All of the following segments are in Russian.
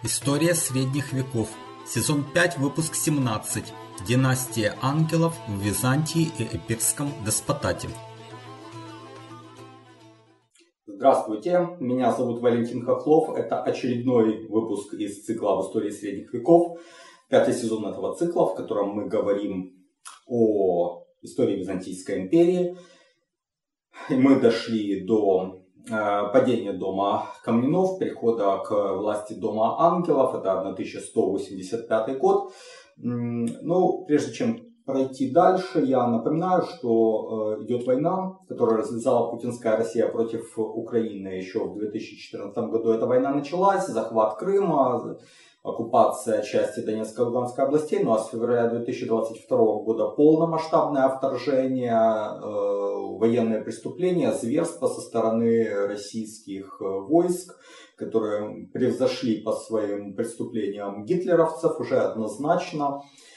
История средних веков. Сезон 5, выпуск 17. Династия ангелов в Византии и Эпирском деспотате. Здравствуйте, меня зовут Валентин Хохлов. Это очередной выпуск из цикла об истории средних веков. Пятый сезон этого цикла, в котором мы говорим о истории Византийской империи. И мы дошли до падения дома Комненов, перехода к власти дома ангелов. Это 1185 год. Ну, прежде чем пройти дальше, я напоминаю, что идет война, которую развязала путинская Россия против Украины еще в 2014 году. Эта война началась, захват Крыма, оккупация части Донецкой и Луганской областей, ну а с февраля 2022 года полномасштабное вторжение, военные преступления, зверства со стороны российских войск, которые превзошли по своим преступлениям гитлеровцев уже однозначно.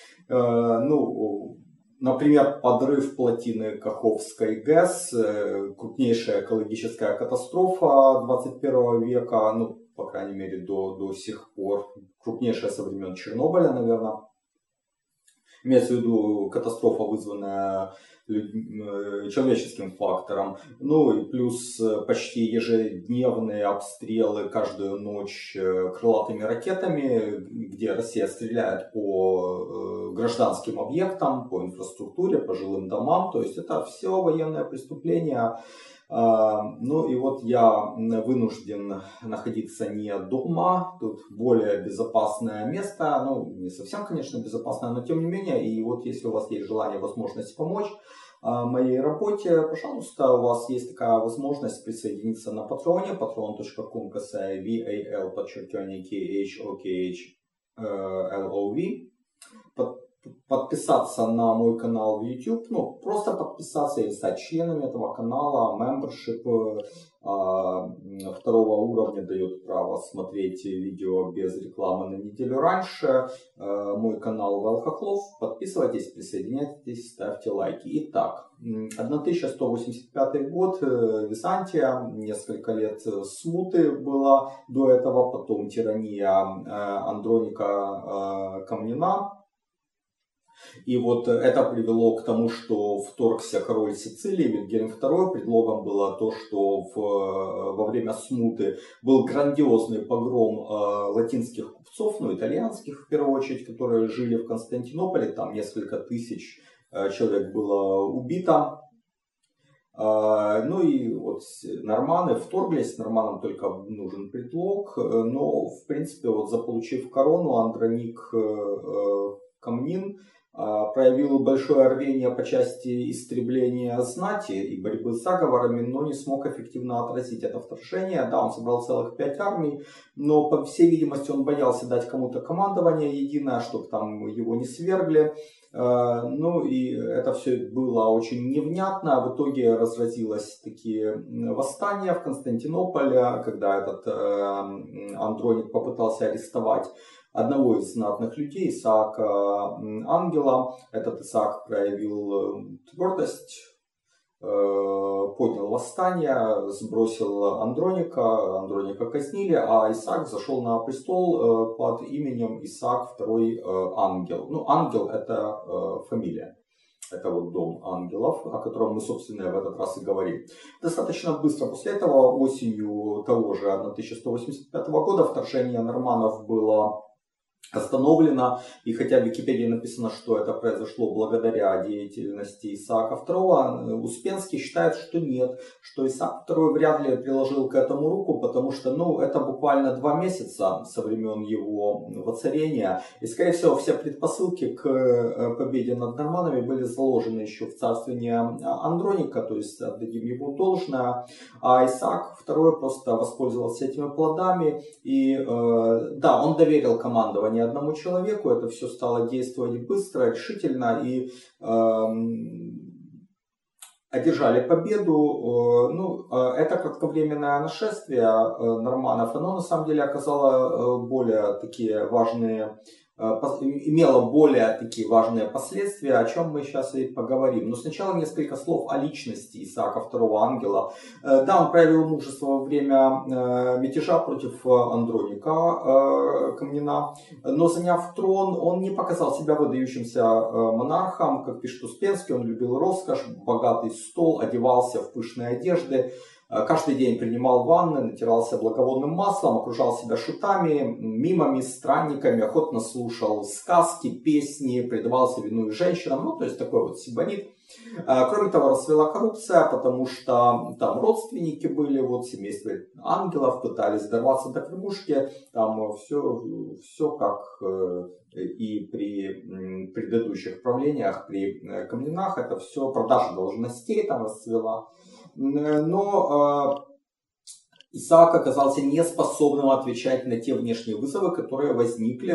Например, подрыв плотины Каховской ГЭС, крупнейшая экологическая катастрофа 21 века, ну, по крайней мере, до сих пор, крупнейшая со времен Чернобыля, наверное. Имеется в виду катастрофа, вызванная человеческим фактором. Ну и плюс почти ежедневные обстрелы каждую ночь крылатыми ракетами, где Россия стреляет по гражданским объектам, по инфраструктуре, по жилым домам. То есть это все военное преступление. Ну и вот я вынужден находиться не дома, тут более безопасное место, ну не совсем, конечно, безопасное, но тем не менее. И вот если у вас есть желание, возможность помочь моей работе, пожалуйста, у вас есть такая возможность присоединиться на Патреоне, patreon.com/val_KHOKHLOV, подписаться на мой канал в YouTube, ну просто подписаться или стать членами этого канала. Membership второго уровня дает право смотреть видео без рекламы на неделю раньше. Мой канал Вал Хохлов. Подписывайтесь, присоединяйтесь, ставьте лайки. Итак, 1185 год, Византия, несколько лет смуты было до этого, потом тирания Андроника Комнена. И вот это привело к тому, что вторгся король Сицилии Вильгельм II. Предлогом было то, что во время смуты был грандиозный погром латинских купцов, ну итальянских в первую очередь, которые жили в Константинополе. Там несколько тысяч человек было убито. Ну и вот норманы вторглись, норманам только нужен предлог. Но в принципе вот заполучив корону, Андроник Комнин проявил большое рвение по части истребления знати и борьбы с заговорами, но не смог эффективно отразить это вторжение. Да, он собрал целых 5 армий, но по всей видимости он боялся дать кому-то командование единое, чтобы там его не свергли. Ну и это все было очень невнятно. В итоге разразилось такие восстания в Константинополе, когда этот Андроник попытался арестовать одного из знатных людей, Исаака Ангела. Этот Исаак проявил твердость, поднял восстание, сбросил Андроника казнили, а Исаак зашел на престол под именем Исаак II Ангел. Ну, Ангел это фамилия. Это вот дом ангелов, о котором мы, собственно, в этот раз и говорим. Достаточно быстро после этого, осенью того же 1185 года, вторжение норманнов было остановлено. И хотя в Википедии написано, что это произошло благодаря деятельности Исаака II, Успенский считает, что нет, что Исаак II вряд ли приложил к этому руку, потому что это буквально 2 месяца со времен его воцарения. И, скорее всего, все предпосылки к победе над норманами были заложены еще в царствовании Андроника, то есть отдадим ему должное. А Исаак II просто воспользовался этими плодами. И да, он доверил командование одному человеку, это все стало действовать быстро, решительно, и одержали победу. Это кратковременное нашествие норманов, оно на самом деле оказало более такие важные имело более такие важные последствия, о чем мы сейчас и поговорим. Но сначала несколько слов о личности Исаака II Ангела. Да, он проявил мужество во время мятежа против Андроника Комнина, но заняв трон, он не показал себя выдающимся монархом. Как пишет Успенский, он любил роскошь, богатый стол, одевался в пышные одежды. Каждый день принимал ванны, натирался благовонным маслом, окружал себя шутами, мимами, странниками, охотно слушал сказки, песни, предавался вину и женщинам, ну, то есть такой вот сибонит. Кроме того, расцвела коррупция, потому что там родственники были, вот семейство ангелов пытались дорваться до кормушки, там все как и при предыдущих правлениях, при Комнинах, это все продажа должностей там расцвела. Но Исаак оказался неспособным отвечать на те внешние вызовы, которые возникли,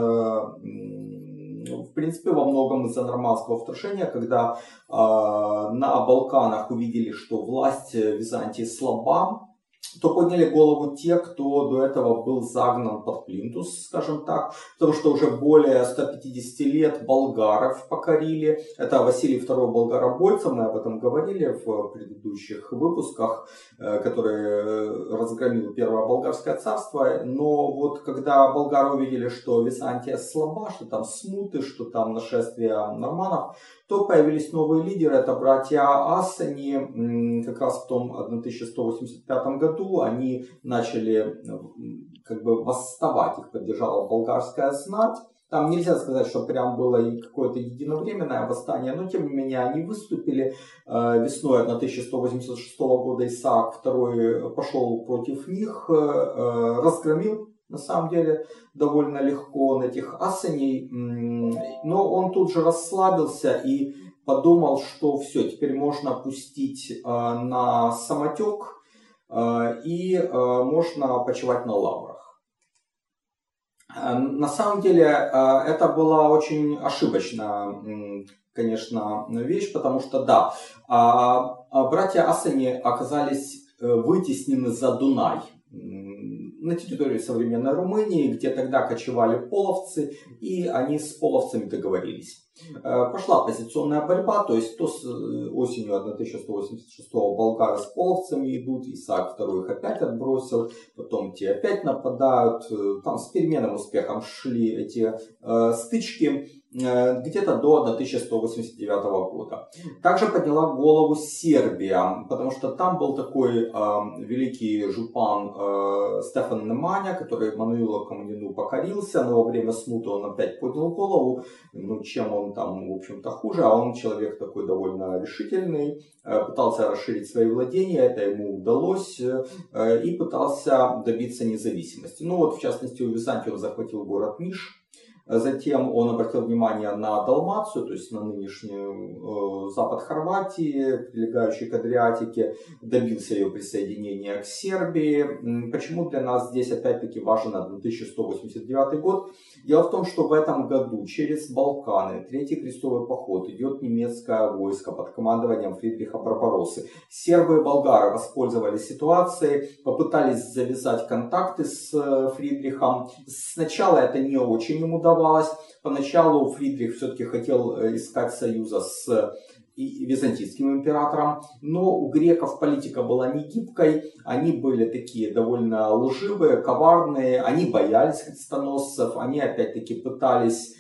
в принципе, во многом из-за нормандского вторжения, когда на Балканах увидели, что власть Византии слаба, то подняли голову те, кто до этого был загнан под плинтус, скажем так, потому что уже более 150 лет болгаров покорили. Это Василий II Болгаробойца, мы об этом говорили в предыдущих выпусках, который разгромил Первое Болгарское царство. Но вот когда болгары увидели, что Византия слаба, что там смуты, что там нашествие норманнов, то появились новые лидеры, это братья Ассани, как раз в том 1185 году они начали как бы восставать, их поддержала болгарская знать. Там нельзя сказать, что прям было и какое-то единовременное восстание, но тем не менее они выступили. Весной 1186 года Исаак II пошел против них, разгромил на самом деле довольно легко на этих ассаней, но он тут же расслабился и подумал, что все, теперь можно пустить на самотек и можно почивать на лаврах. На самом деле это была очень ошибочная, конечно, вещь, потому что да, братья Ассани оказались вытеснены за Дунай на территории современной Румынии, где тогда кочевали половцы, и они с половцами договорились. Пошла позиционная борьба, то есть то осенью 1186 болгары с половцами идут, Исаак II их опять отбросил, потом те опять нападают, там с переменным успехом шли эти стычки где-то до 1189 года. Также подняла голову Сербия, потому что там был такой великий жупан Стефан Неманя, который Мануилу Комнину покорился, но во время смуты он опять поднял голову, ну чем он там, в общем-то, хуже, а он человек такой довольно решительный, пытался расширить свои владения, это ему удалось, и пытался добиться независимости. Ну вот, в частности, у Византии он захватил город Ниш. Затем он обратил внимание на Далмацию, то есть на нынешний запад Хорватии, прилегающий к Адриатике, добился ее присоединения к Сербии. Почему для нас здесь опять-таки важен 1189 год? Дело в том, что в этом году через Балканы, Третий крестовый поход, идет немецкое войско под командованием Фридриха Барбароссы. Сербы и болгары воспользовались ситуацией, попытались завязать контакты с Фридрихом. Сначала это не очень ему удавалось. Поначалу Фридрих все-таки хотел искать союза с византийским императором, но у греков политика была не гибкой, они были такие довольно лживые, коварные, они боялись крестоносцев, они опять-таки пытались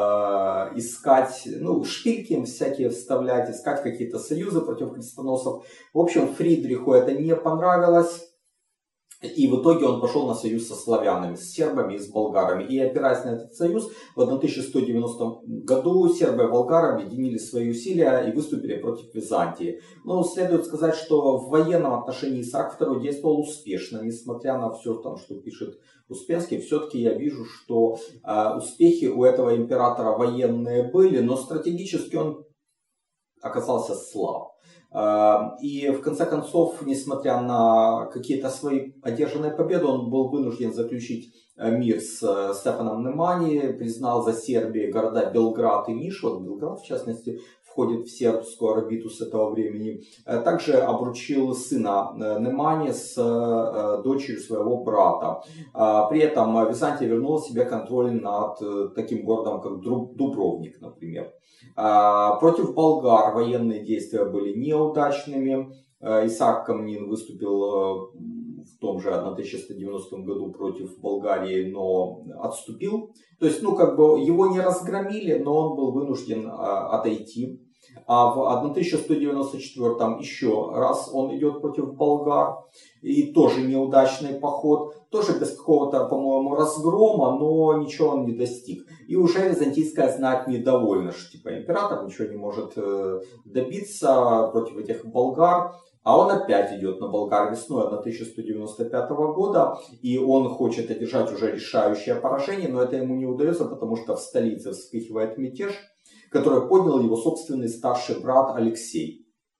искать, ну, шпильки им всякие вставлять, искать какие-то союзы против крестоносцев. В общем, Фридриху это не понравилось. И в итоге он пошел на союз со славянами, с сербами и с болгарами. И опираясь на этот союз, в 1190 году сербы и болгары объединили свои усилия и выступили против Византии. Но следует сказать, что в военном отношении Исаак II действовал успешно, несмотря на все, там, что пишет Успенский. Все-таки я вижу, что успехи у этого императора военные были, но стратегически он оказался слаб. И в конце концов, несмотря на какие-то свои одержанные победы, он был вынужден заключить мир с Стефаном Немани, признал за Сербией города Белград и Ниш. Вот Белград, в частности, входит в сербскую орбиту с этого времени. Также обручил сына Немани с дочерью своего брата. При этом Византия вернула себе контроль над таким городом, как Дубровник, например. Против болгар военные действия были неудачными. Исаак Камнин выступил в том же 1190 году против Болгарии, но отступил. То есть, его не разгромили, но он был вынужден отойти. А в 1194 еще раз он идет против болгар. И тоже неудачный поход. Тоже без какого-то, по-моему, разгрома, но ничего он не достиг. И уже византийская знать недовольна, что император ничего не может добиться против этих болгар. А он опять идет на болгар весной 1195 года, и он хочет одержать уже решающее поражение, но это ему не удается, потому что в столице вспыхивает мятеж, который поднял его собственный старший брат Алексей.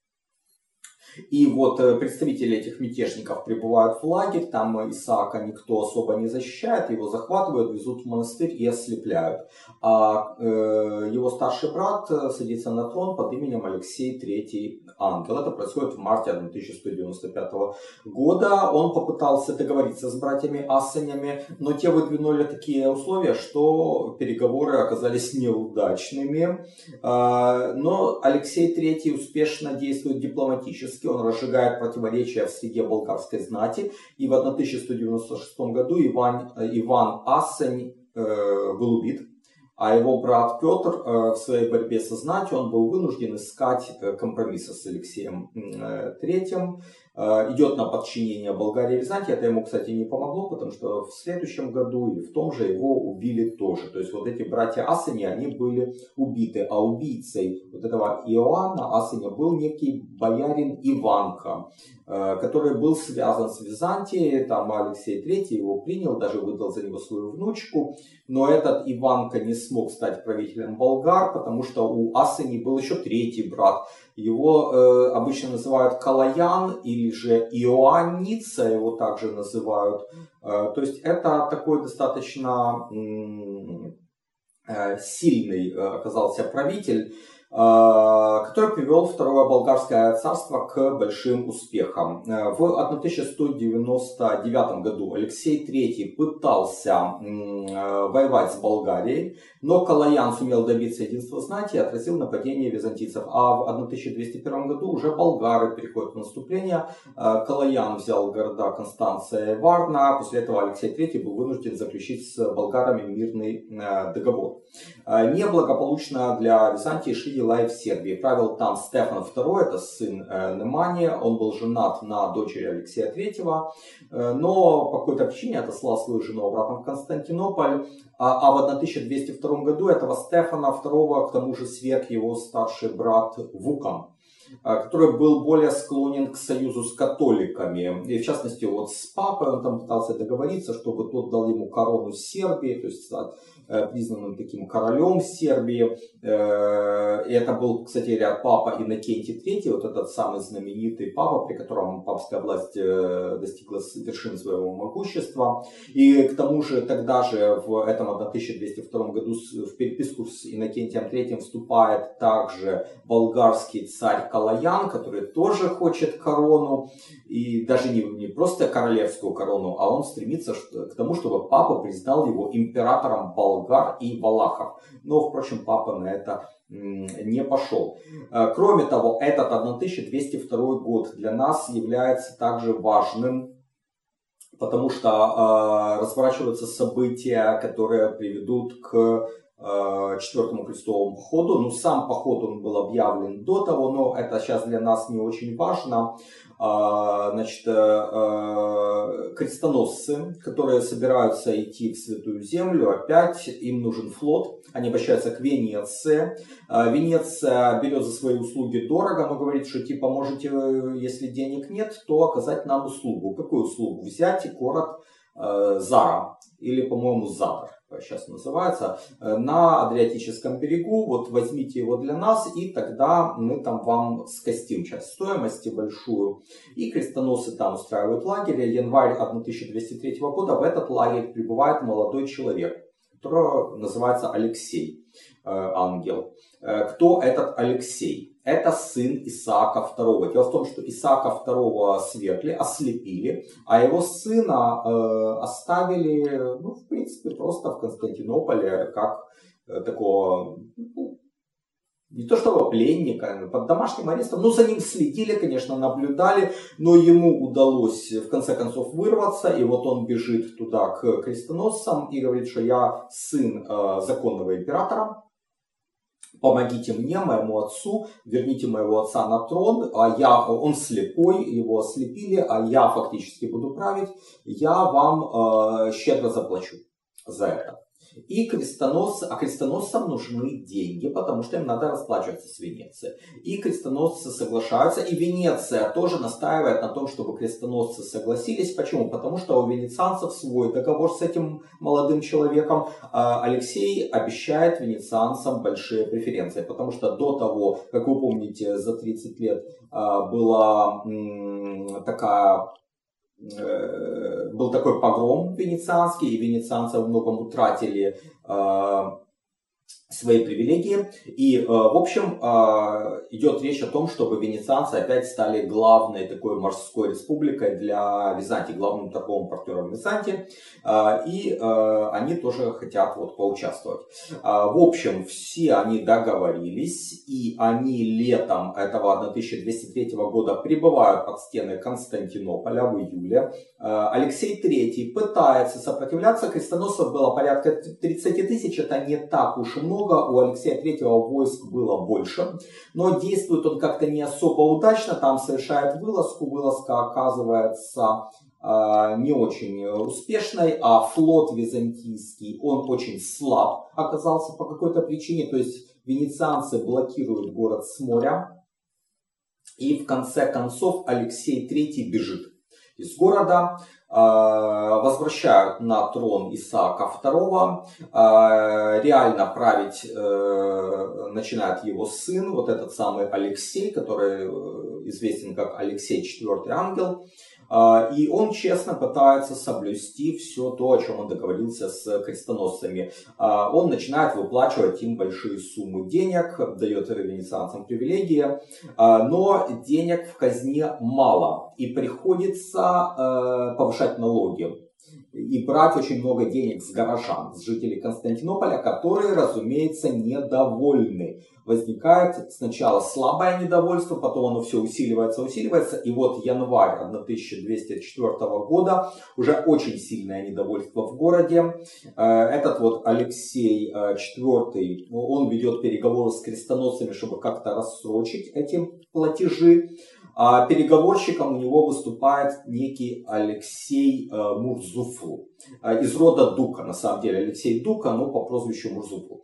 И вот представители этих мятежников прибывают в лагерь, там Исаака никто особо не защищает, его захватывают, везут в монастырь и ослепляют. А его старший брат садится на трон под именем Алексей III Ангел. Это происходит в марте 1195 года. Он попытался договориться с братьями Ассанями, но те выдвинули такие условия, что переговоры оказались неудачными. Но Алексей III успешно действует дипломатически. Он разжигает противоречия в среде болгарской знати. И в 1196 году Иван Ассань был убит. А его брат Петр в своей борьбе со знатью он был вынужден искать компромисса с Алексеем III. Идет на подчинение Болгарии и Византии. Это ему, кстати, не помогло, потому что в следующем году или в том же его убили тоже. То есть вот эти братья Ассани, они были убиты. А убийцей вот этого Иоанна Ассаня был некий боярин Иванка, который был связан с Византией. Там Алексей III его принял, даже выдал за него свою внучку. Но этот Иванка не смог стать правителем болгар, потому что у Ассани был еще третий брат. Его обычно называют Калаян или же Иоанница, его также называют. То есть это такой достаточно сильный оказался правитель, который привел Второе Болгарское царство к большим успехам. В 1199 году Алексей III пытался воевать с Болгарией, но Калаян сумел добиться единства знати и отразил нападение византийцев. А в 1201 году уже болгары переходят в наступление. Калаян взял города Констанция и Варна. После этого Алексей III был вынужден заключить с болгарами мирный договор. Неблагополучно для Византии шли дела и в Сербии. Правил там Стефан II, это сын Немани. Он был женат на дочери Алексея III, но по какой-то причине отослал свою жену обратно в Константинополь. А в 1202 году этого Стефана II к тому же сверг его старший брат Вукан, который был более склонен к союзу с католиками. И в частности, вот с папой он там пытался договориться, чтобы тот дал ему корону Сербии, то есть стать признанным таким королем Сербии. И это был, кстати, папа Иннокентий III, вот этот самый знаменитый папа, при котором папская власть достигла вершин своего могущества. И к тому же тогда же в этом 1202 году в переписку с Иннокентием III вступает также болгарский царь Калаян, который тоже хочет корону, и даже не просто королевскую корону, а он стремится к тому, чтобы папа признал его императором болгар и валахов. Но, впрочем, папа на это не пошел. Кроме того, этот 1202 год для нас является также важным, потому что разворачиваются события, которые приведут к Четвертому крестовому походу. Ну, сам поход он был объявлен до того, но это сейчас для нас не очень важно. Значит, крестоносцы, которые собираются идти в Святую Землю, опять им нужен флот. Они обращаются к Венеции. Венеция берет за свои услуги дорого, но говорит, что типа можете, если денег нет, то оказать нам услугу. Какую услугу? Взять город Зара, или, по-моему, Задар сейчас называется, на Адриатическом берегу. Вот возьмите его для нас, и тогда мы там вам скостим часть стоимости большую. И крестоносцы там устраивают лагерь. Январь 1203 года в этот лагерь прибывает молодой человек, который называется Алексей. ангел. Кто этот Алексей? Это сын Исаака II. Дело в том, что Исаака II свергли, ослепили, а его сына оставили, ну, в принципе, просто в Константинополе, как такого, ну, не то что пленника, под домашним арестом. Ну, за ним следили, конечно, наблюдали, но ему удалось в конце концов вырваться. И вот он бежит туда к крестоносцам и говорит, что я сын законного императора. Помогите мне, моему отцу, верните моего отца на трон, он слепой, его ослепили, а я фактически буду править, я вам щедро заплачу за это. И крестоносцам нужны деньги, потому что им надо расплачиваться с Венецией. И крестоносцы соглашаются, и Венеция тоже настаивает на том, чтобы крестоносцы согласились. Почему? Потому что у венецианцев свой договор с этим молодым человеком. Алексей обещает венецианцам большие преференции, потому что до того, как вы помните, за 30 лет был такой погром венецианский, и венецианцы во многом утратили свои привилегии. И, в общем, идет речь о том, чтобы венецианцы опять стали главной такой морской республикой для Византии, главным торговым партнером Византии. И они тоже хотят вот поучаствовать. В общем, все они договорились, и они летом этого 1203 года прибывают под стены Константинополя в июле. Алексей III пытается сопротивляться, крестоносцев было порядка 30 тысяч, это не так уж много. У Алексея III войск было больше, но действует он как-то не особо удачно, там совершает вылазку, вылазка оказывается не очень успешной, а флот византийский, он очень слаб оказался по какой-то причине, то есть венецианцы блокируют город с моря, и в конце концов Алексей III бежит из города. Возвращают на трон Исаака II, реально править начинает его сын, вот этот самый Алексей, который известен как Алексей IV Ангел, и он честно пытается соблюсти все то, о чем он договорился с крестоносцами. Он начинает выплачивать им большие суммы денег, дает венецианцам привилегии, но денег в казне мало, и приходится повышать налоги и брать очень много денег с горожан, с жителей Константинополя, которые, разумеется, недовольны. Возникает сначала слабое недовольство, потом оно все усиливается, и вот январь 1204 года, уже очень сильное недовольство в городе. Этот вот Алексей IV, он ведет переговоры с крестоносцами, чтобы как-то рассрочить эти платежи. А переговорщиком у него выступает некий Алексей Мурзуфл. Из рода Дука, на самом деле. Алексей Дука, но по прозвищу Мурзуфл.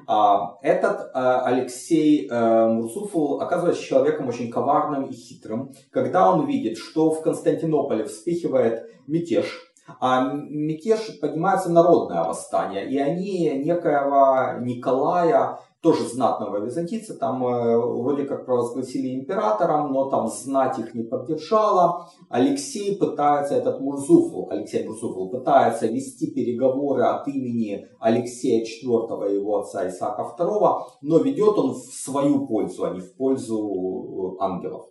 Этот Алексей Мурзуфл оказывается человеком очень коварным и хитрым. Когда он видит, что в Константинополе вспыхивает мятеж, а мятеж поднимается народное восстание, и они некоего Николая, тоже знатного византийца, там вроде как провозгласили императором, но там знать их не поддержала. Алексей Мурзуфл пытается вести переговоры от имени Алексея IV и его отца Исаака II, но ведет он в свою пользу, а не в пользу ангелов.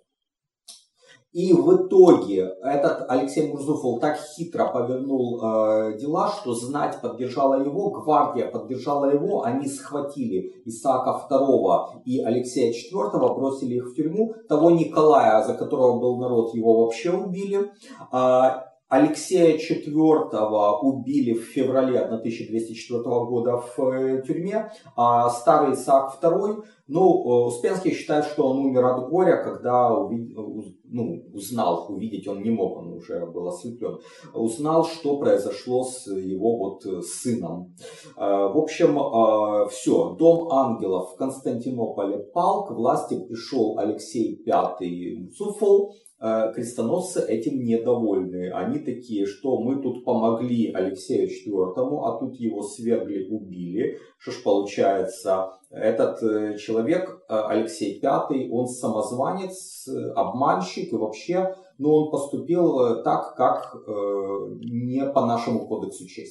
И в итоге этот Алексей Мурзуфл так хитро повернул дела, что знать поддержала его, гвардия поддержала его, они схватили Исаака II и Алексея IV, бросили их в тюрьму. Того Николая, за которого был народ, его вообще убили. Алексея IV убили в феврале 1204 года в тюрьме, а старый Исаак II, Успенский считает, что он умер от горя, когда узнал, увидеть он не мог, он уже был ослеплен, узнал, что произошло с его сыном. В общем, все, дом ангелов в Константинополе пал, к власти пришел Алексей V Мурзуфл. Крестоносцы этим недовольны. Они такие, что мы тут помогли Алексею IV, а тут его свергли, убили. Что ж получается, этот человек, Алексей V, он самозванец, обманщик и вообще, он поступил так, как не по нашему кодексу чести.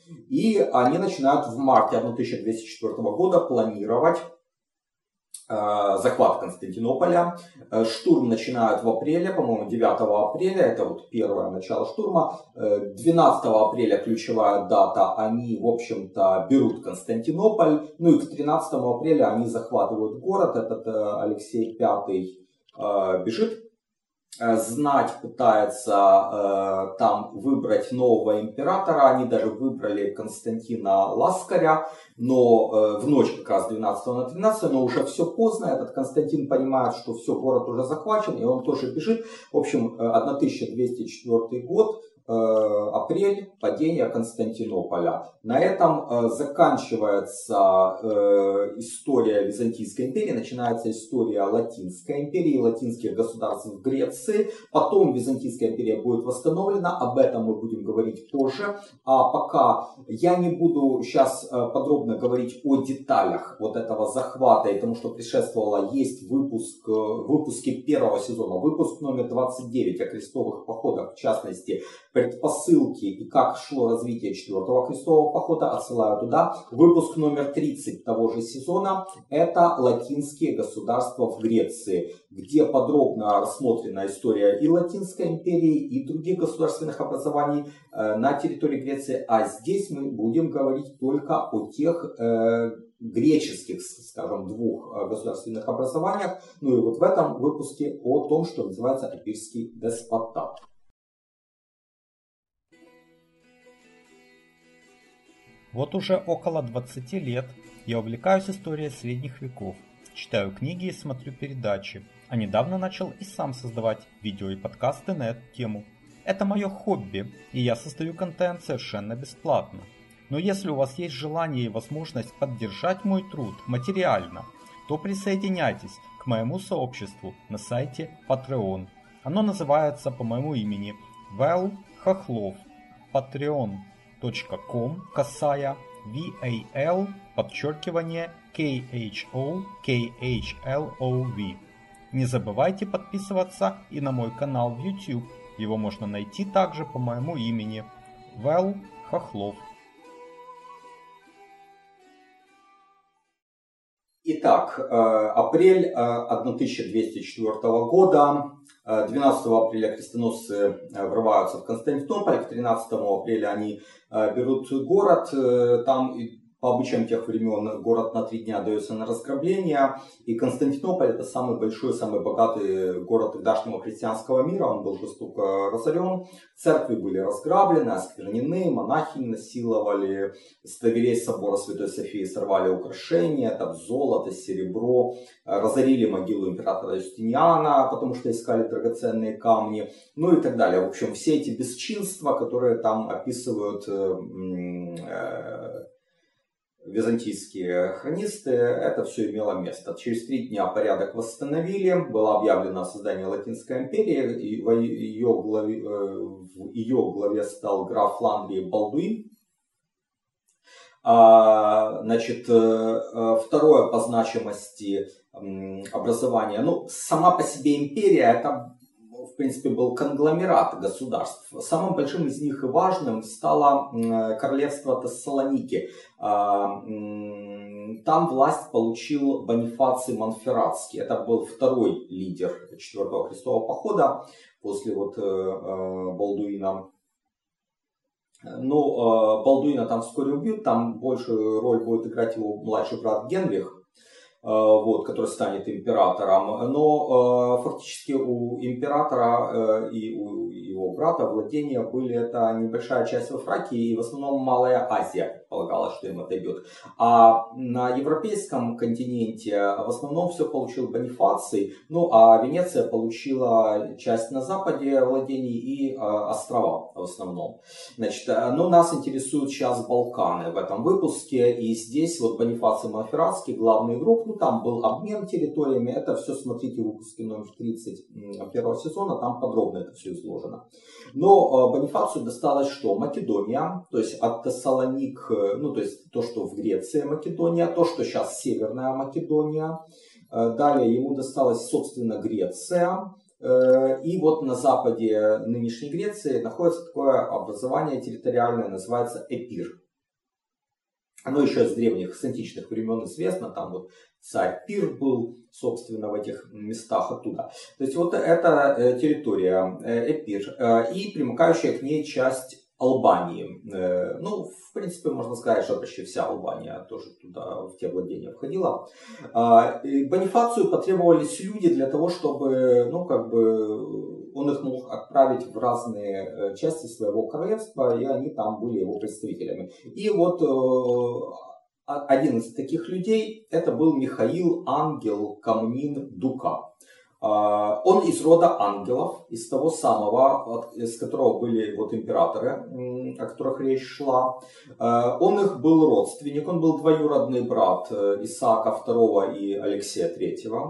И они начинают в марте 1204 года планировать захват Константинополя. Штурм начинают в апреле, по-моему, 9 апреля, это вот первое начало штурма. 12 апреля ключевая дата, они, в общем-то, берут Константинополь. Ну и к 13 апреля они захватывают город, этот Алексей V бежит. Знать пытается там выбрать нового императора. Они даже выбрали Константина Ласкаря, но в ночь как раз 12 на 13, но уже все поздно. Этот Константин понимает, что все, город уже захвачен, и он тоже бежит. В общем, 1204 год. Апрель, падение Константинополя. На этом заканчивается история Византийской империи, начинается история Латинской империи, латинских государств в Греции. Потом Византийская империя будет восстановлена, об этом мы будем говорить позже. А пока я не буду сейчас подробно говорить о деталях вот этого захвата и тому, что предшествовало. Есть выпуски первого сезона, выпуск номер 29 о крестовых походах, в частности, предпосылки и как шло развитие 4-го крестового похода, отсылаю туда. Выпуск номер 30 того же сезона — это латинские государства в Греции, где подробно рассмотрена история и Латинской империи, и других государственных образований на территории Греции. А здесь мы будем говорить только о тех греческих, скажем, двух государственных образованиях. Ну и вот в этом выпуске о том, что называется Эпирский деспотат. Вот уже около 20 лет я увлекаюсь историей средних веков, читаю книги и смотрю передачи, а недавно начал и сам создавать видео и подкасты на эту тему. Это мое хобби, и я создаю контент совершенно бесплатно. Но если у вас есть желание и возможность поддержать мой труд материально, то присоединяйтесь к моему сообществу на сайте Patreon. Оно называется по моему имени Вэл Хохлов. patreon.com касая VAL KHOKHLOV. Не забывайте подписываться и на мой канал в YouTube. Его можно найти также по моему имени Вэл Хохлов. Итак, апрель 1204 года. 12 апреля крестоносцы врываются в Константинополь. К 13 апреля они берут город. Там по обычаям тех времен город на 3 дня дается на разграбление. И Константинополь — это самый большой, самый богатый город тогдашнего христианского мира. Он был жестоко разорен. Церкви были разграблены, осквернены, монахи насиловали. С дверей собора Святой Софии сорвали украшения, там золото, серебро. Разорили могилу императора Юстиниана, потому что искали драгоценные камни. Ну и так далее. В общем, все эти бесчинства, которые там описывают византийские хронисты, это все имело место. Через 3 дня порядок восстановили, было объявлено создание Латинской империи, и в ее главе стал граф Фландрии Балдуин. Значит, второе по значимости образование. Ну, сама по себе империя — это, в принципе, был конгломерат государств. Самым большим из них и важным стало королевство Тессалоники. Там власть получил Бонифаций Монферратский. Это был второй лидер 4-го крестового похода после Балдуина. Но Балдуина там вскоре убьют. Там большую роль будет играть его младший брат Генрих, который станет императором. Но фактически у императора и у его брата владения были это небольшая часть во Фракии и в основном Малая Азия. Предполагалось, что им отойдет. А на европейском континенте в основном все получил Бонифаций. Ну а Венеция получила часть на западе владений и острова в основном. Значит, но нас интересуют сейчас Балканы в этом выпуске. И здесь вот Бонифаций Монферратский, главный игрок. Ну там был обмен территориями. Это все смотрите в выпуске номер 30 первого сезона. Там подробно это все изложено. Но Бонифацию досталось что? Македония, то есть от Тессалоник, ну то есть то, что в Греции Македония, то, что сейчас Северная Македония. Далее ему досталась, собственно, Греция. И вот на западе нынешней Греции находится такое образование территориальное, называется Эпир. Оно еще с древних, с античных времен известно, там вот царь Пир был, собственно, в этих местах оттуда. То есть вот это территория Эпир и примыкающая к ней часть Албании. Ну, в принципе, можно сказать, что почти вся Албания тоже туда, в те владения входила. Бонифацию потребовались люди для того, чтобы, ну, как бы, он их мог отправить в разные части своего королевства, и они там были его представителями. И вот один из таких людей, это был Михаил Ангел Камнин Дука. Он из рода ангелов, из того самого, из которого были вот императоры, о которых речь шла. Он их был родственник, он был двоюродный брат Исаака II и Алексея III.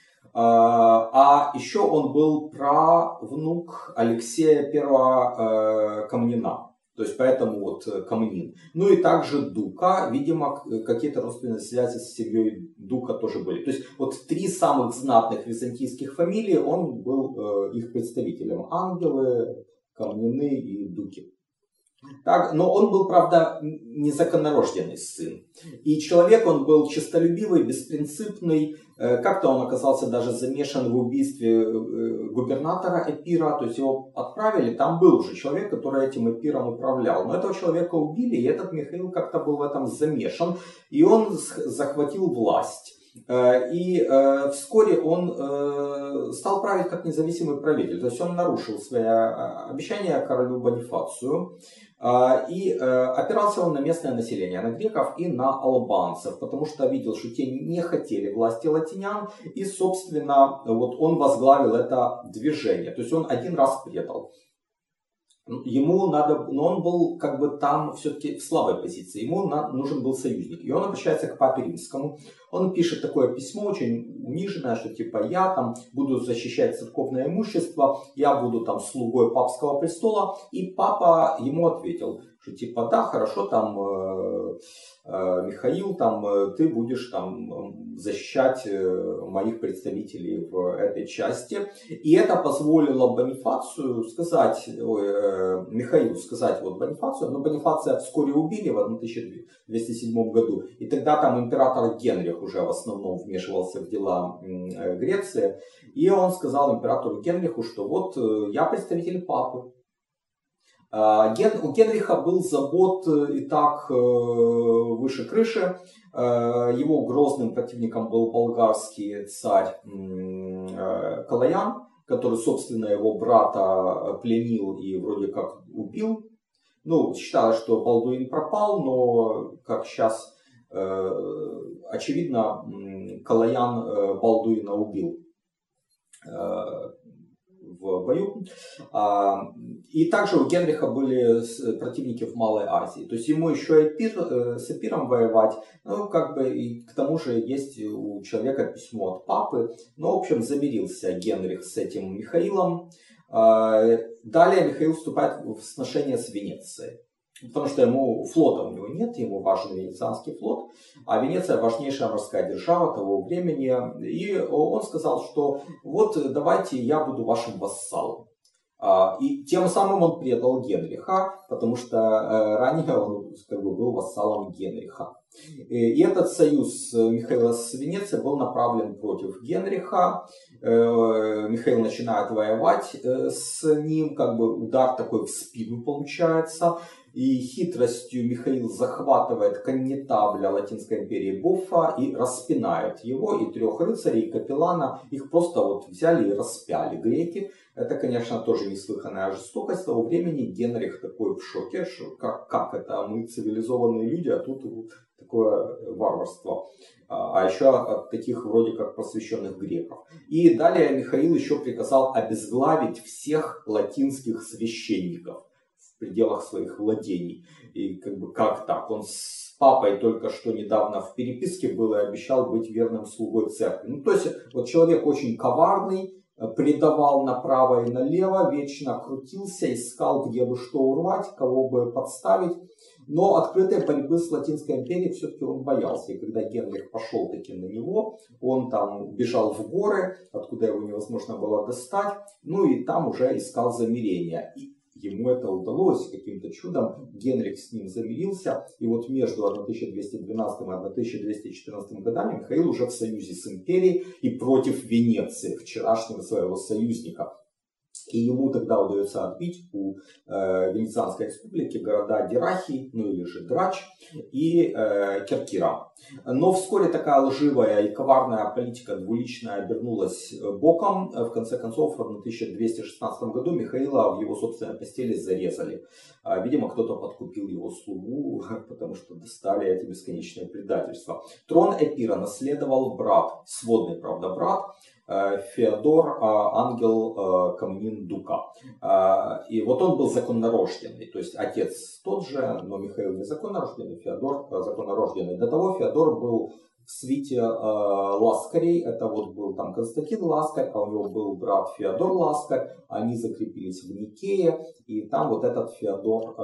А еще он был правнук Алексея I Камнина. То есть поэтому вот Камнин. Ну и также Дука, видимо, какие-то родственные связи с семьей Дука тоже были. То есть вот три самых знатных византийских фамилии, он был их представителем. Ангелы, Камнины и Дуки. Так, но он был, правда, незаконнорожденный сын. И человек он был честолюбивый, беспринципный. Как-то он оказался даже замешан в убийстве губернатора Эпира. То есть его отправили, там был уже человек, который этим Эпиром управлял. Но этого человека убили, и этот Михаил как-то был в этом замешан. И он захватил власть. И вскоре он стал править как независимый правитель. То есть он нарушил свои обещания королю Бонифацию. И опирался он на местное население, на греков и на албанцев, потому что видел, что те не хотели власти латинян. И, собственно, вот он возглавил это движение. То есть он один раз предал. Ему надо, но он был как бы там все-таки в слабой позиции, ему нужен был союзник. И он обращается к папе римскому, он пишет такое письмо очень униженное, что типа я там буду защищать церковное имущество, я буду там слугой папского престола. И папа ему ответил, что типа да, хорошо, там Михаил, там ты будешь там защищать моих представителей в этой части. И это позволило Бонифацию сказать, Михаилу сказать вот Бонифацию, но Бонифация вскоре убили в 1207 году. И тогда там император Генрих уже в основном вмешивался в дела Греции. И он сказал императору Генриху, что вот я представитель папы. У Генриха был забот и так выше крыши. Его грозным противником был болгарский царь Калаян, который, собственно, его брата пленил и вроде как убил. Ну, считалось, что Балдуин пропал, но, как сейчас очевидно, Калаян Балдуина убил в бою. И также у Генриха были противники в Малой Азии. То есть ему еще с Эпиром воевать. Ну, как бы, и к тому же есть у человека письмо от папы. Ну, в общем, замирился Генрих с этим Михаилом. Далее Михаил вступает в сношение с Венецией. Потому что ему флота у него нет, ему важен венецианский флот, а Венеция важнейшая морская держава того времени. И он сказал, что вот давайте я буду вашим вассалом. И тем самым он предал Генриха, потому что ранее он как бы был вассалом Генриха. И этот союз Михаила с Венецией был направлен против Генриха. Михаил начинает воевать с ним, как бы удар такой в спину получается. И хитростью Михаил захватывает коннетабля Латинской империи Боффа и распинает его, и 3 рыцарей, и капеллана. Их просто вот взяли и распяли греки. Это, конечно, тоже неслыханная жестокость того времени. Генрих такой в шоке, что как это, мы цивилизованные люди, а тут такое варварство. А еще от таких вроде как просвещенных греков. И далее Михаил еще приказал обезглавить всех латинских священников в пределах своих владений. И как бы как так? Он с папой только что недавно в переписке был и обещал быть верным слугой церкви. Ну, то есть вот человек очень коварный, предавал направо и налево, вечно крутился, искал, где бы что урвать, кого бы подставить. Но открытой борьбы с Латинской империей все-таки он боялся. И когда Генрих пошел таки на него, он там убежал в горы, откуда его невозможно было достать. Ну и там уже искал замирения. И ему это удалось каким-то чудом. Генрих с ним замирился, и вот между 1212 и 1214 годами Михаил уже в союзе с империей и против Венеции, вчерашнего своего союзника. И ему тогда удается отбить у Венецианской республики города Дирахий, ну или же Драч и Керкира. Но вскоре такая лживая и коварная политика двуличная обернулась боком. В конце концов, в 1216 году Михаила в его собственной постели зарезали. Видимо, кто-то подкупил его слугу, потому что достали эти бесконечные предательства. Трон Эпира наследовал брат, сводный, правда, брат, Феодор, ангел Камнин Дука. И вот он был законнорожденный, то есть отец тот же, но Михаил не законнорожденный, Феодор законнорожденный. До того Феодор был в свите Ласкарей, это вот был там Константин Ласкарь, а у него был брат Феодор Ласкарь, они закрепились в Никее, и там вот этот Феодор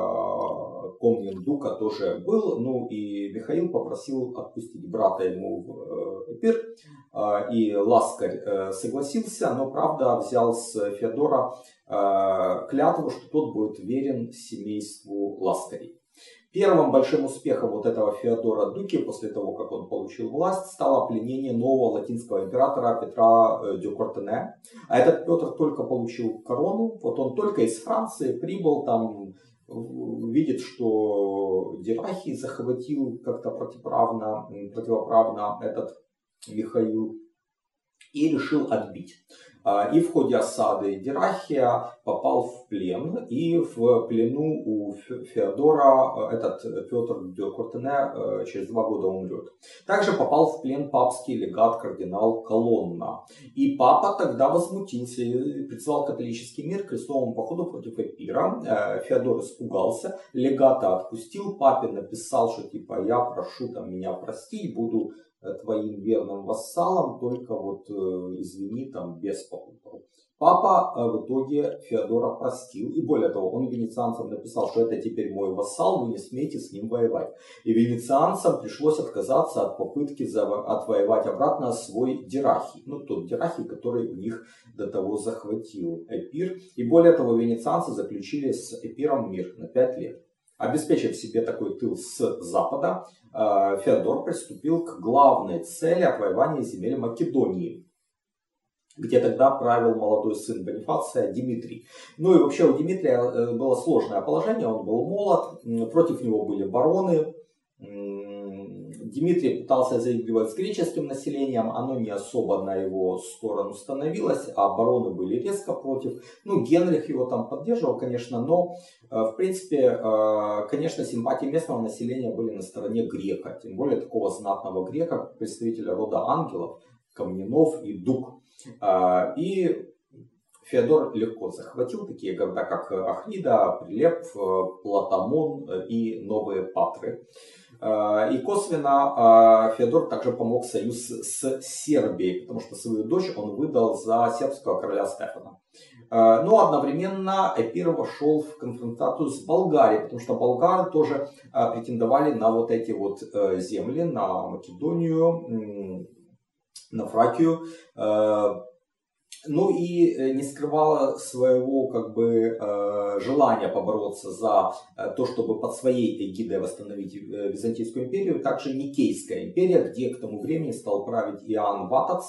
Комнин Дука тоже был, ну и Михаил попросил отпустить брата ему в Эпир, и Ласкарь согласился, но правда взял с Феодора клятву, что тот будет верен семейству Ласкарей. Первым большим успехом вот этого Феодора Дуки, после того, как он получил власть, стало пленение нового латинского императора Петра де Кортене. А этот Петр только получил корону, вот он только из Франции прибыл, там видит, что Дирахий захватил как-то противоправно этот Михаил и решил отбить. И в ходе осады Дирахия попал в плен, и в плену у Феодора этот Петр де Кортене через 2 года умрет. Также попал в плен папский легат кардинал Колонна. И папа тогда возмутился и призвал католический мир к крестовому походу против Эпира. Феодор испугался, легата отпустил, папе написал, что типа я прошу там меня простить, буду твоим верным вассалом, только вот извини там без попутал. Папа в итоге Феодора простил, и более того, он венецианцам написал, что это теперь мой вассал, вы не смеете с ним воевать. И венецианцам пришлось отказаться от попытки отвоевать обратно свой Дирахий, ну тот Дирахий, который у них до того захватил Эпир. И более того, венецианцы заключили с Эпиром мир на 5 лет. Обеспечив себе такой тыл с запада, Феодор приступил к главной цели отвоевания земель Македонии, где тогда правил молодой сын Бонифация Димитрий. Ну и вообще у Димитрия было сложное положение, он был молод, против него были бароны. Димитрий пытался заигрывать с греческим населением, оно не особо на его сторону становилось, а бароны были резко против. Ну, Генрих его там поддерживал, конечно, но, в принципе, конечно, симпатии местного населения были на стороне грека, тем более такого знатного грека, представителя рода ангелов, Камнинов и Дук. И Феодор легко захватил такие города, как Ахрида, Прилеп, Платамон и Новые Патры. И косвенно Феодор также помог союз с Сербией, потому что свою дочь он выдал за сербского короля Стефана. Но одновременно Эпир вошел в конфронтацию с Болгарией, потому что болгары тоже претендовали на вот эти вот земли, на Македонию, на Фракию. Ну и не скрывала своего как бы желания побороться за то, чтобы под своей эгидой восстановить Византийскую империю, также Никейская империя, где к тому времени стал править Иоанн Ватац.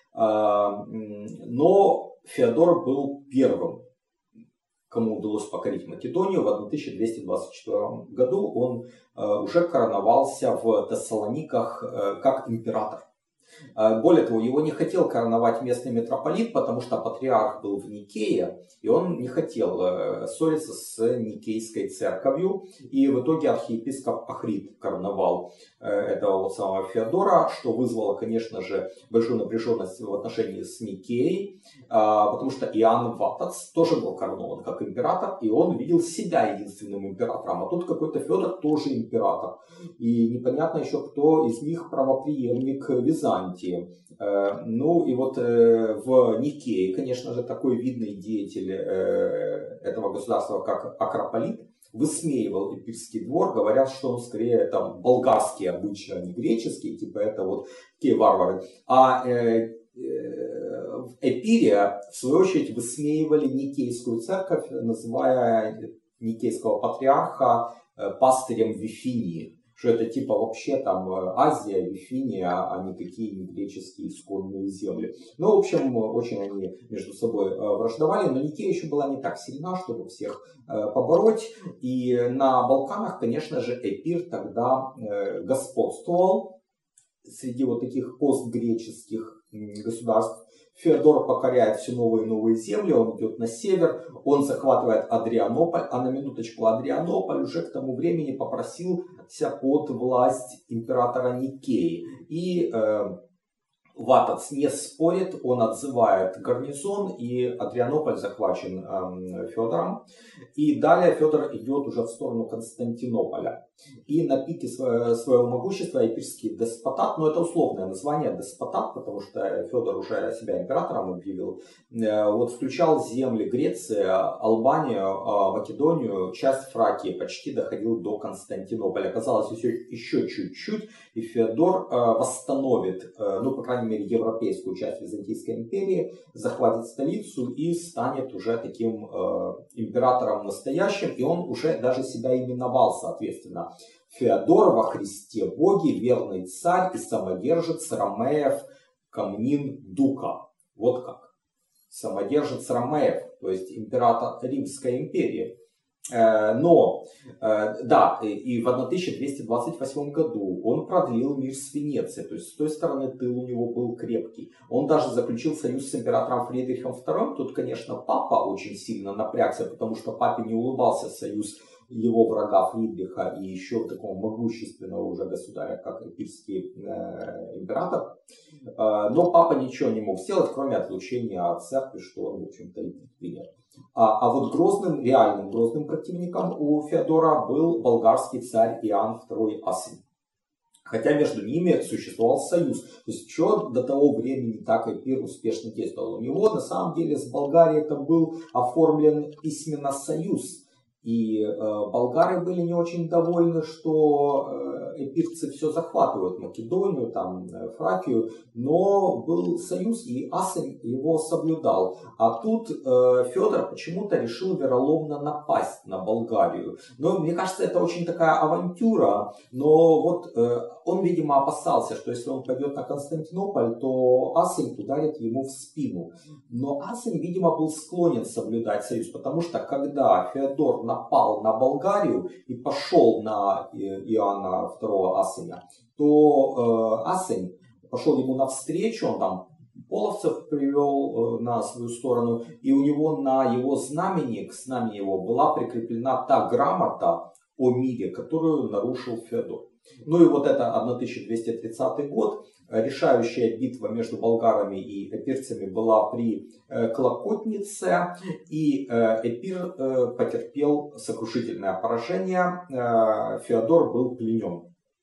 Но Феодор был первым, кому удалось покорить Македонию. В 1224 году он уже короновался в Тессалониках как император. Более того, его не хотел короновать местный митрополит, потому что патриарх был в Никее, и он не хотел ссориться с Никейской церковью. И в итоге архиепископ Ахрид короновал этого вот самого Феодора, что вызвало, конечно же, большую напряженность в отношении с Никеей, потому что Иоанн Ватац тоже был коронован как император, и он видел себя единственным императором, а тут какой-то Федор тоже император. И непонятно еще, кто из них правопреемник Византии. Ну и вот в Никее, конечно же, такой видный деятель этого государства, как Акрополит, высмеивал Эпирский двор, говоря, что он скорее там болгарские обычаи, а не греческие, типа это вот такие варвары. А в Эпире, в свою очередь, высмеивали Никейскую церковь, называя Никейского патриарха пастырем Вифинии. Что это типа вообще там Азия, Вифиния, а никакие не греческие исконные земли. Ну, в общем, очень они между собой враждовали, но Никея еще была не так сильна, чтобы всех побороть. И на Балканах, конечно же, Эпир тогда господствовал среди вот таких постгреческих государств. Феодор покоряет все новые и новые земли, он идет на север, он захватывает Адрианополь, а на минуточку Адрианополь уже к тому времени попросился под власть императора Никеи. И Ватац не спорит, он отзывает гарнизон, и Адрианополь захвачен Федором. И далее Федор идет уже в сторону Константинополя. И на пике своего могущества эпирский деспотат, но это условное название деспотат, потому что Федор уже себя императором объявил, вот включал земли Греции, Албанию, Македонию, часть Фракии, почти доходил до Константинополя. Казалось, еще чуть-чуть, и Феодор восстановит, ну, по крайней мере, европейскую часть Византийской империи, захватит столицу и станет уже таким императором настоящим, и он уже даже себя именовал, соответственно. Феодор во Христе Боге, верный царь и самодержец Ромеев Комнин Дука. Вот как. Самодержец Ромеев, то есть император Римской империи. Но, да, и в 1228 году он продлил мир с Венецией, то есть с той стороны тыл у него был крепкий. Он даже заключил союз с императором Фридрихом II. Тут, конечно, папа очень сильно напрягся, потому что папе не улыбался союз его врага Фридриха и еще такого могущественного уже государя, как эпирский император. Но папа ничего не мог сделать, кроме отлучения от церкви, что он, в общем-то, и предпринял. А вот реальным грозным противником у Феодора был болгарский царь Иоанн II Асень. Хотя между ними существовал союз. То есть, что до того времени так Эпир успешно действовал. У него, на самом деле, с Болгарией это был оформлен письменно союз. И болгары были не очень довольны, что эпирцы все захватывают, Македонию, там, Фракию, но был союз, и Асень его соблюдал. А тут Федор почему-то решил вероломно напасть на Болгарию. Но мне кажется, это очень такая авантюра, но вот он, видимо, опасался, что если он пойдет на Константинополь, то Асень ударит ему в спину. Но Асень, видимо, был склонен соблюдать союз, потому что когда Феодор напал на Болгарию и пошел на Иоанна II Асеня, то Асень пошел ему навстречу, он там половцев привел на свою сторону, и у него на его знамени, к знамени его была прикреплена та грамота о мире, которую нарушил Феодор. Ну и вот это 1230 год, решающая битва между болгарами и эпирцами была при Клокотнице, и Эпир потерпел сокрушительное поражение, Феодор был пленен.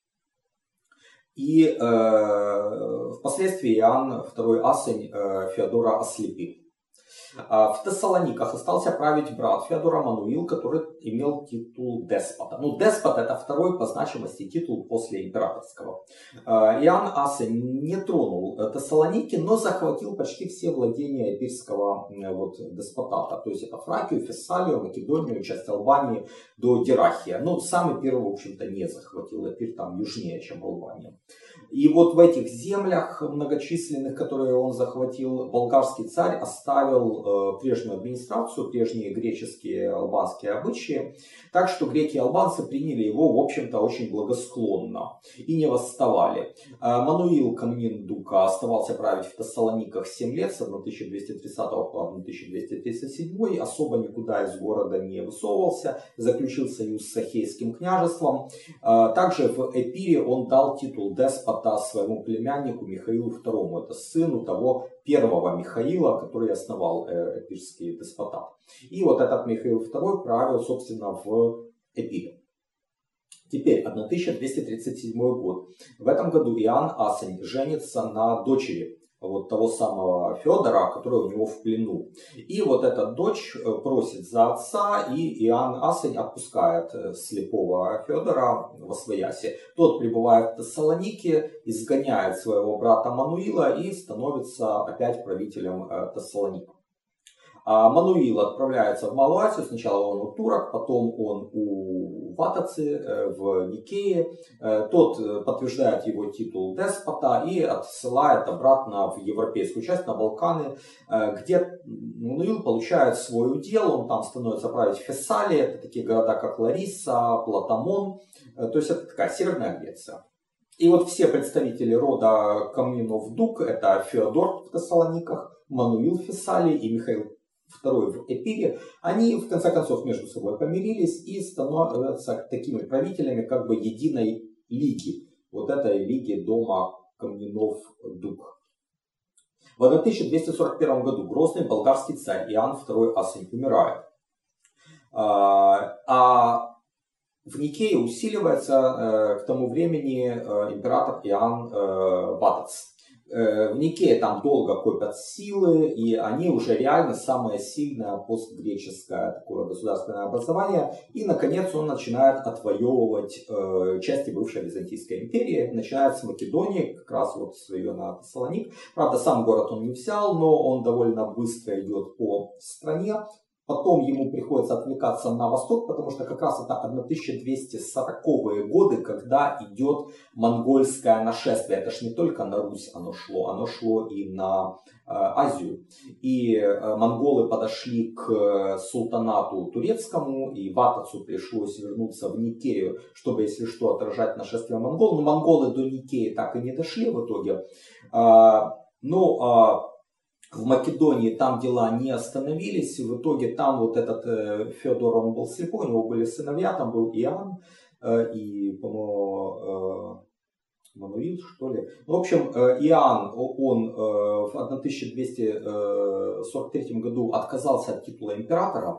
И впоследствии Иоанн II Асень Феодора ослепил. В Тессалониках остался править брат Феодора Мануил, который имел титул деспота. Ну, деспот — это второй по значимости титул после императорского. Иоанн Асень не тронул Тессалоники, но захватил почти все владения эпирского деспотата. То есть это Фракию, Фессалию, Македонию, часть Албании до Дирахия. Но сам Эпир, в общем-то, не захватил. Эпир там южнее, чем Албания. И вот в этих землях многочисленных, которые он захватил, болгарский царь оставил прежнюю администрацию, прежние греческие албанские обычаи. Так что греки и албанцы приняли его, в общем-то, очень благосклонно и не восставали. Мануил Комнин Дука оставался править в Тессалониках 7 лет, с 1230 по 1237, особо никуда из города не высовывался, заключил союз с Ахейским княжеством. Также в Эпире он дал титул деспота своему племяннику Михаилу II, это сыну того первого Михаила, который основал эпирский деспотат. И вот этот Михаил II правил, собственно, в Эпире. Теперь 1237 год. В этом году Иоанн Асень женится на дочери вот того самого Федора, который у него в плену. И вот эта дочь просит за отца, и Иоанн Асень отпускает слепого Федора восвояси. Тот прибывает в Тессалоники, изгоняет своего брата Мануила и становится опять правителем Тессалоник. А Мануил отправляется в Малую Азию, сначала он у турок, потом он у Ватацы в Никее. Тот подтверждает его титул деспота и отсылает обратно в европейскую часть, на Балканы, где Мануил получает свой удел, он там становится править Фессалией, это такие города, как Лариса, Платамон, то есть это такая Северная Греция. И вот все представители рода Комнинов-Дук, это Феодор в Тессалониках, Мануил в Фессалии и Михаил II в Эпире, они в конце концов между собой помирились и становятся такими правителями как бы единой лиги. Вот этой лиги дома Комнинов-Дук. В 1241 году грозный болгарский царь Иоанн II Асень умирает. А в Никее усиливается к тому времени император Иоанн Ватац. В Никее там долго копят силы, и они уже реально самое сильное постгреческое такое государственное образование. И, наконец, он начинает отвоевывать части бывшей Византийской империи. Начинает с Македонии, как раз вот с района Тессалоник. Правда, сам город он не взял, но он довольно быстро идет по стране. Потом ему приходится отвлекаться на восток, потому что как раз это 1240-е годы, когда идет монгольское нашествие. Это ж не только на Русь оно шло и на Азию. И монголы подошли к султанату турецкому, и Ватацу пришлось вернуться в Никею, чтобы, если что, отражать нашествие монгол. Но монголы до Никеи так и не дошли в итоге. В Македонии там дела не остановились. В итоге там вот этот Федор, он был слепой, у него были сыновья, там был Иоанн и, по-моему, Мануил, что ли. В общем, Иоанн, он в 1243 году отказался от титула императора,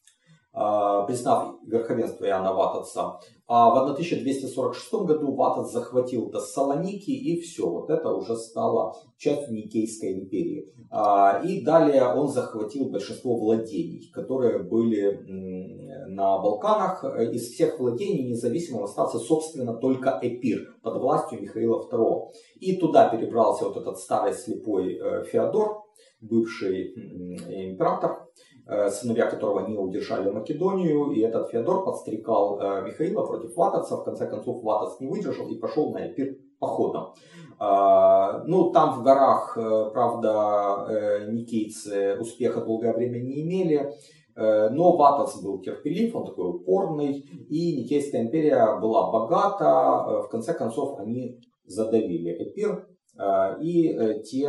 признав верховенство Иоанна Ватаца. А в 1246 году Ватац захватил Тессалоники, и все, вот это уже стало частью Никейской империи. И далее он захватил большинство владений, которые были на Балканах. Из всех владений независимым остался, собственно, только Эпир под властью Михаила II. И туда перебрался вот этот старый слепой Феодор, бывший император, сыновья которого не удержали Македонию, и этот Феодор подстрекал Михаила против Ватаца. В конце концов Ватац не выдержал и пошел на Эпир походом. Ну, там в горах, правда, никейцы успеха долгое время не имели, но Ватац был терпелив, он такой упорный, и Никейская империя была богата. В конце концов они задавили Эпир, и те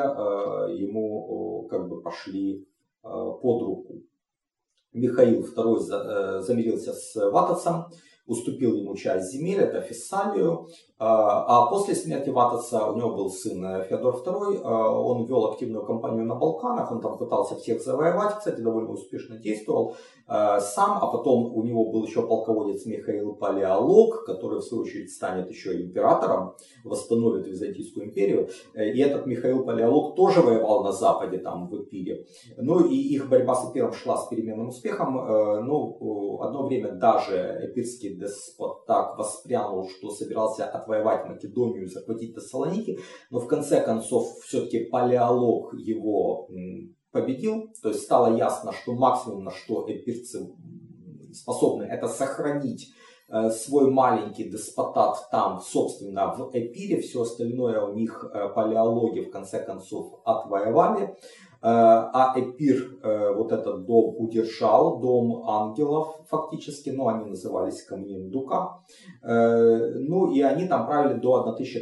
ему как бы пошли под руку. Михаил II замирился с Ватацем, уступил ему часть земель, это Фессалию. А после смерти Ватаца у него был сын Феодор II, он вел активную кампанию на Балканах, он там пытался всех завоевать, кстати, довольно успешно действовал сам, а потом у него был еще полководец Михаил Палеолог, который в свою очередь станет еще императором, восстановит Византийскую империю. И этот Михаил Палеолог тоже воевал на Западе, там в Эпире. Ну и их борьба с Эпиром шла с переменным успехом, но одно время даже эпирский деспот так воспрянул, что собирался отвоевать Македонию и захватить Тессалоники, но в конце концов все-таки Палеолог его победил, то есть стало ясно, что максимум, на что эпирцы способны, это сохранить свой маленький деспотат там, собственно, в Эпире, все остальное у них палеологи в конце концов отвоевали. А Эпир вот этот дом удержал, дом ангелов фактически, но они назывались Комнин-Дука. Ну и они там правили до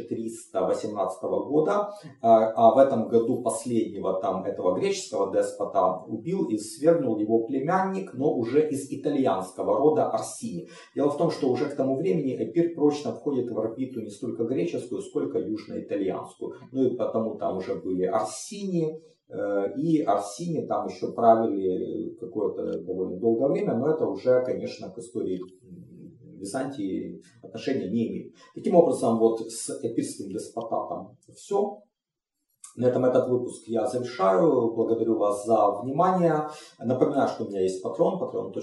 1318 года, а в этом году последнего там этого греческого деспота убил и свергнул его племянник, но уже из итальянского рода Арсини. Дело в том, что уже к тому времени Эпир прочно входит в орбиту не столько греческую, сколько южноитальянскую. Ну и потому там уже были Арсини, и Арсини там еще правили какое-то довольно долгое время, но это уже, конечно, к истории Византии отношения не имеет. Таким образом, вот с эпирским деспотатом все. На этом этот выпуск я завершаю. Благодарю вас за внимание. Напоминаю, что у меня есть Patreon,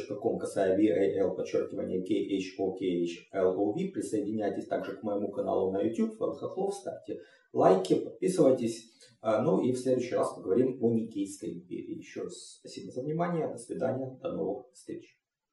patreon.com/VAL_KHOKHLOV. Присоединяйтесь также к моему каналу на YouTube, Хохлов, ставьте лайки, подписывайтесь. Ну и в следующий раз поговорим о Никейской империи. Еще раз спасибо за внимание. До свидания. До новых встреч.